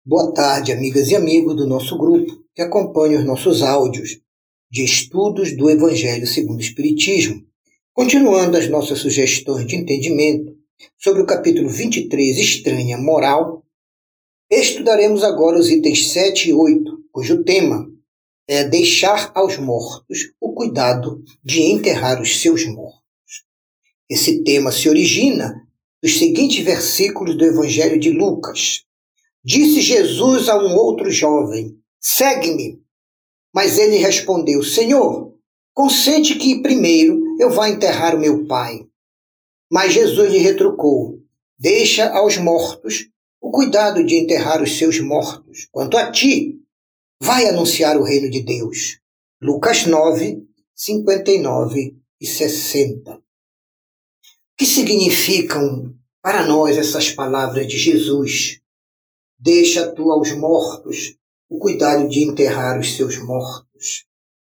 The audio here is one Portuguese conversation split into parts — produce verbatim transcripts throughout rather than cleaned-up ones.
Boa tarde, amigas e amigos do nosso grupo que acompanham os nossos áudios de estudos do Evangelho segundo o Espiritismo. Continuando as nossas sugestões de entendimento sobre o capítulo vinte e três, Estranha Moral, estudaremos agora os itens sete e oito, cujo tema é deixar aos mortos o cuidado de enterrar os seus mortos. Esse tema se origina dos seguintes versículos do Evangelho de Lucas. Disse Jesus a um outro jovem: segue-me. Mas ele respondeu: Senhor, consente que primeiro eu vá enterrar o meu pai. Mas Jesus lhe retrucou: deixa aos mortos o cuidado de enterrar os seus mortos. Quanto a ti, vai anunciar o reino de Deus. Lucas nove, cinquenta e nove e sessenta. O que significam para nós essas palavras de Jesus? Deixa tu aos mortos o cuidado de enterrar os seus mortos.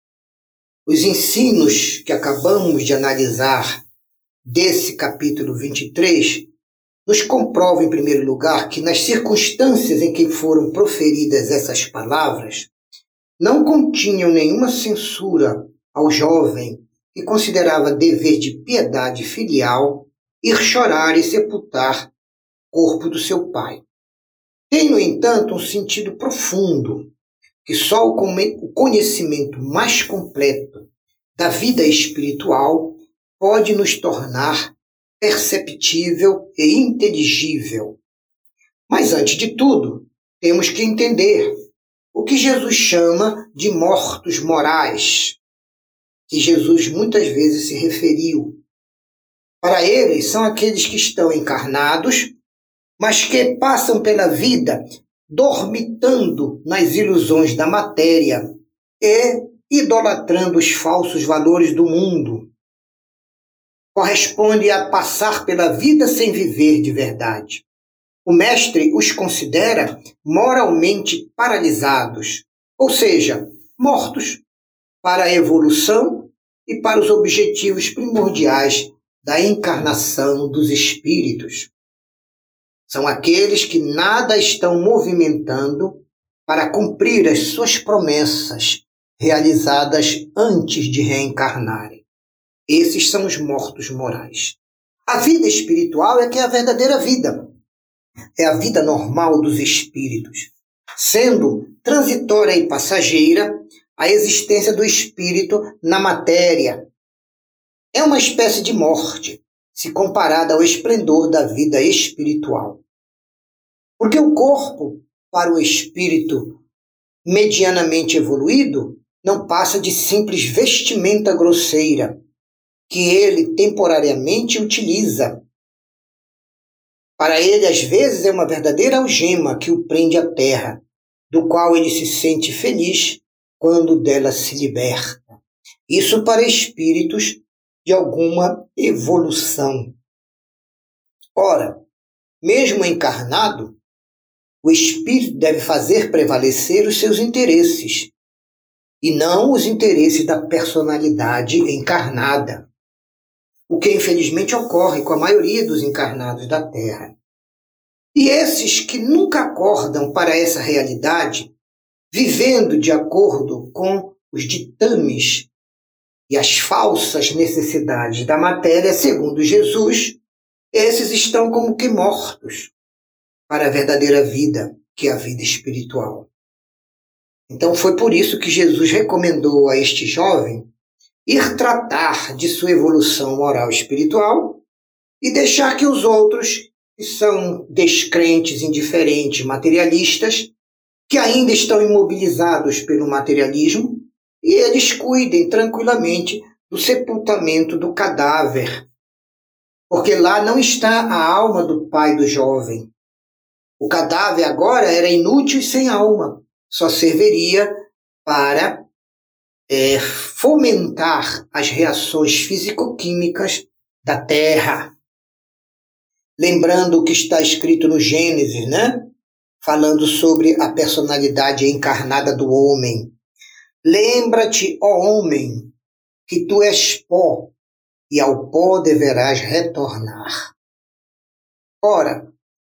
Os ensinos que acabamos de analisar desse capítulo vinte e três nos comprovam, em primeiro lugar, que nas circunstâncias em que foram proferidas essas palavras, não continham nenhuma censura ao jovem que considerava dever de piedade filial ir chorar e sepultar o corpo do seu pai. Tem, no entanto, um sentido profundo, que só o conhecimento mais completo da vida espiritual pode nos tornar perceptível e inteligível. Mas, antes de tudo, temos que entender o que Jesus chama de mortos morais, que Jesus muitas vezes se referiu. Para eles, são aqueles que estão encarnados, mas que passam pela vida dormitando nas ilusões da matéria e idolatrando os falsos valores do mundo. Corresponde a passar pela vida sem viver de verdade. O mestre os considera moralmente paralisados, ou seja, mortos para a evolução e para os objetivos primordiais da encarnação dos espíritos. São aqueles que nada estão movimentando para cumprir as suas promessas realizadas antes de reencarnarem. Esses são os mortos morais. A vida espiritual é que é a verdadeira vida. É a vida normal dos espíritos, sendo transitória e passageira a existência do espírito na matéria. É uma espécie de morte, se comparada ao esplendor da vida espiritual. Porque o corpo, para o espírito medianamente evoluído, não passa de simples vestimenta grosseira, que ele temporariamente utiliza. Para ele, às vezes, é uma verdadeira algema que o prende à terra, do qual ele se sente feliz quando dela se liberta. Isso para espíritos de alguma evolução. Ora, mesmo encarnado, o espírito deve fazer prevalecer os seus interesses, e não os interesses da personalidade encarnada, o que infelizmente ocorre com a maioria dos encarnados da Terra. E esses que nunca acordam para essa realidade, vivendo de acordo com os ditames e as falsas necessidades da matéria, segundo Jesus, esses estão como que mortos para a verdadeira vida, que é a vida espiritual. Então foi por isso que Jesus recomendou a este jovem ir tratar de sua evolução moral espiritual e deixar que os outros, que são descrentes, indiferentes, materialistas, que ainda estão imobilizados pelo materialismo, e eles cuidem tranquilamente do sepultamento do cadáver, porque lá não está a alma do pai do jovem. O cadáver agora era inútil e sem alma, só serviria para é, fomentar as reações físico-químicas da Terra. Lembrando o que está escrito no Gênesis, né? Falando sobre a personalidade encarnada do homem. Lembra-te, ó homem, que tu és pó, e ao pó deverás retornar. Ora,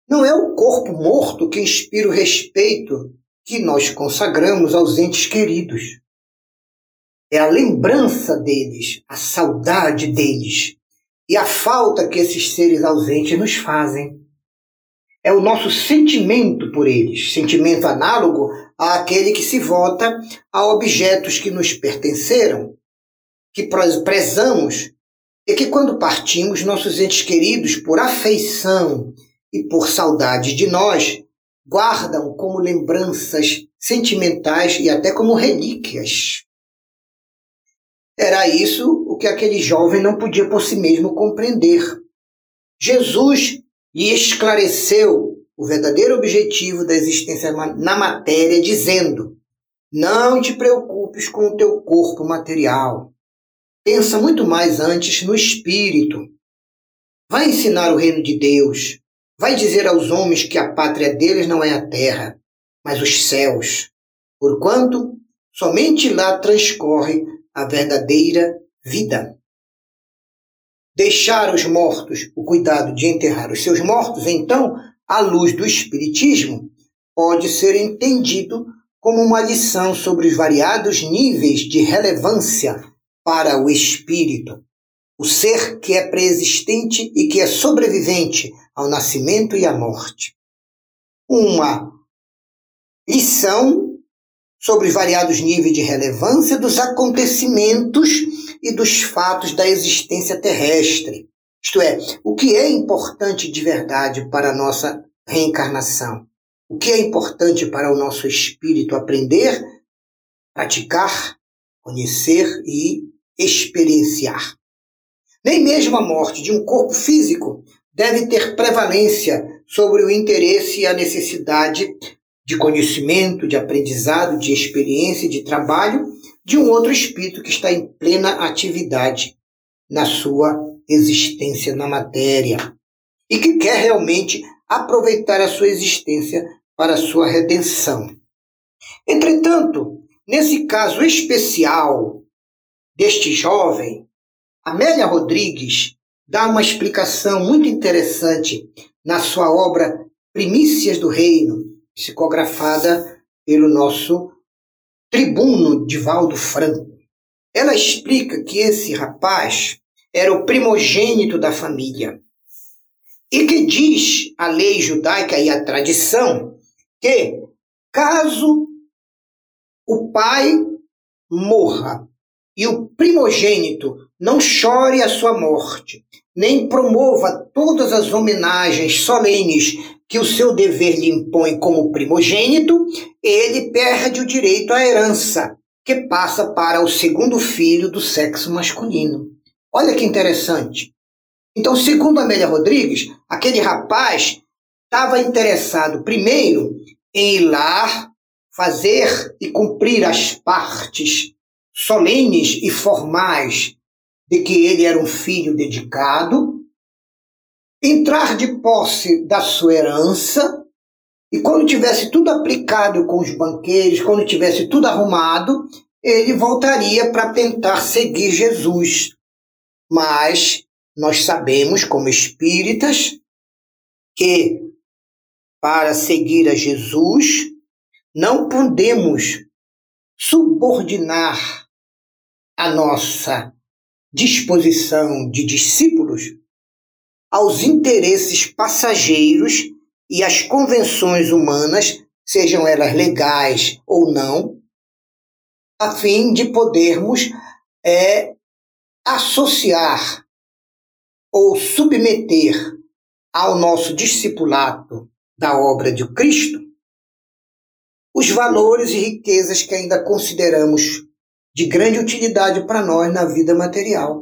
Não é o corpo morto que inspira o respeito que nós consagramos aos entes queridos. É a lembrança deles, a saudade deles e a falta que esses seres ausentes nos fazem. É o nosso sentimento por eles, sentimento análogo àquele que se vota a objetos que nos pertenceram, que prezamos, e que quando partimos, nossos entes queridos, por afeição e por saudade de nós, guardam como lembranças sentimentais e até como relíquias. Era isso o que aquele jovem não podia por si mesmo compreender. Jesus lhe esclareceu o verdadeiro objetivo da existência na matéria, dizendo: não te preocupes com o teu corpo material. Pensa muito mais antes no espírito. Vai ensinar o reino de Deus. Vai dizer aos homens que a pátria deles não é a terra, mas os céus, porquanto somente lá transcorre a verdadeira vida. Deixar os mortos o cuidado de enterrar os seus mortos, então, à luz do Espiritismo, pode ser entendido como uma lição sobre os variados níveis de relevância para o espírito, o ser que é preexistente e que é sobrevivente ao nascimento e à morte. Uma lição sobre os variados níveis de relevância dos acontecimentos e dos fatos da existência terrestre. Isto é, o que é importante de verdade para a nossa reencarnação? O que é importante para o nosso espírito aprender, praticar, conhecer e experienciar? Nem mesmo a morte de um corpo físico deve ter prevalência sobre o interesse e a necessidade de conhecimento, de aprendizado, de experiência, de trabalho de um outro espírito que está em plena atividade na sua existência na matéria e que quer realmente aproveitar a sua existência para a sua redenção. Entretanto, nesse caso especial deste jovem, Amélia Rodrigues dá uma explicação muito interessante na sua obra Primícias do Reino, psicografada pelo nosso tribuno Divaldo Franco. Ela explica que esse rapaz era o primogênito da família e que diz a lei judaica e a tradição que, caso o pai morra e o primogênito não chore a sua morte, nem promova todas as homenagens solenes que o seu dever lhe impõe como primogênito, ele perde o direito à herança, que passa para o segundo filho do sexo masculino. Olha que interessante. Então, segundo Amélia Rodrigues, aquele rapaz estava interessado primeiro em ir lá fazer e cumprir as partes solenes e formais de que ele era um filho dedicado, entrar de posse da sua herança, e quando tivesse tudo aplicado com os banqueiros, quando tivesse tudo arrumado, ele voltaria para tentar seguir Jesus. Mas nós sabemos, como espíritas, que para seguir a Jesus não podemos subordinar a nossa disposição de discípulos aos interesses passageiros e às convenções humanas, sejam elas legais ou não, a fim de podermos é, associar ou submeter ao nosso discipulado da obra de Cristo os valores e riquezas que ainda consideramos de grande utilidade para nós na vida material.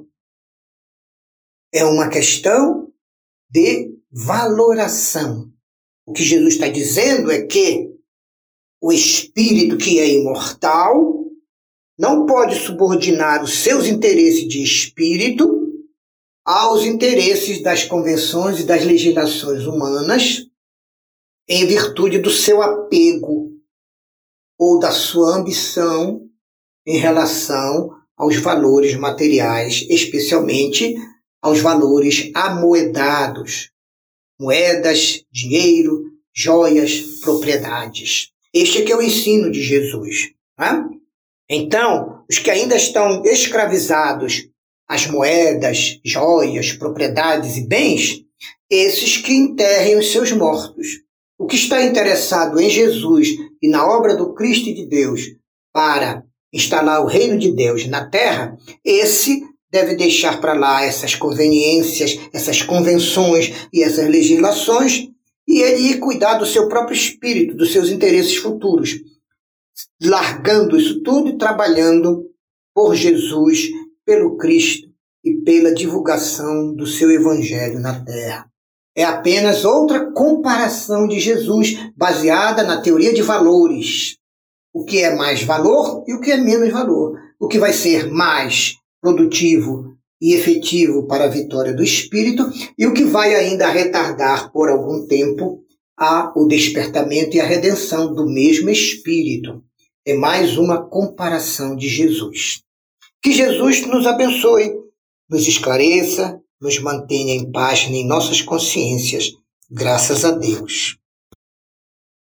É uma questão de valoração. O que Jesus está dizendo é que o espírito que é imortal não pode subordinar os seus interesses de espírito aos interesses das convenções e das legislações humanas em virtude do seu apego ou da sua ambição em relação aos valores materiais, especialmente aos valores amoedados, moedas, dinheiro, joias, propriedades. Este é que é o ensino de Jesus. Né? Então, os que ainda estão escravizados às moedas, joias, propriedades e bens, esses que enterrem os seus mortos. O que está interessado em Jesus e na obra do Cristo e de Deus para instalar o reino de Deus na terra, esse deve deixar para lá essas conveniências, essas convenções e essas legislações, e ele ir cuidar do seu próprio espírito, dos seus interesses futuros, largando isso tudo e trabalhando por Jesus, pelo Cristo e pela divulgação do seu evangelho na terra. É apenas outra comparação de Jesus, baseada na teoria de valores. O que é mais valor e o que é menos valor. O que vai ser mais produtivo e efetivo para a vitória do Espírito e o que vai ainda retardar por algum tempo a, o despertamento e a redenção do mesmo Espírito. É mais uma comparação de Jesus. Que Jesus nos abençoe, nos esclareça, nos mantenha em paz em nossas consciências. Graças a Deus.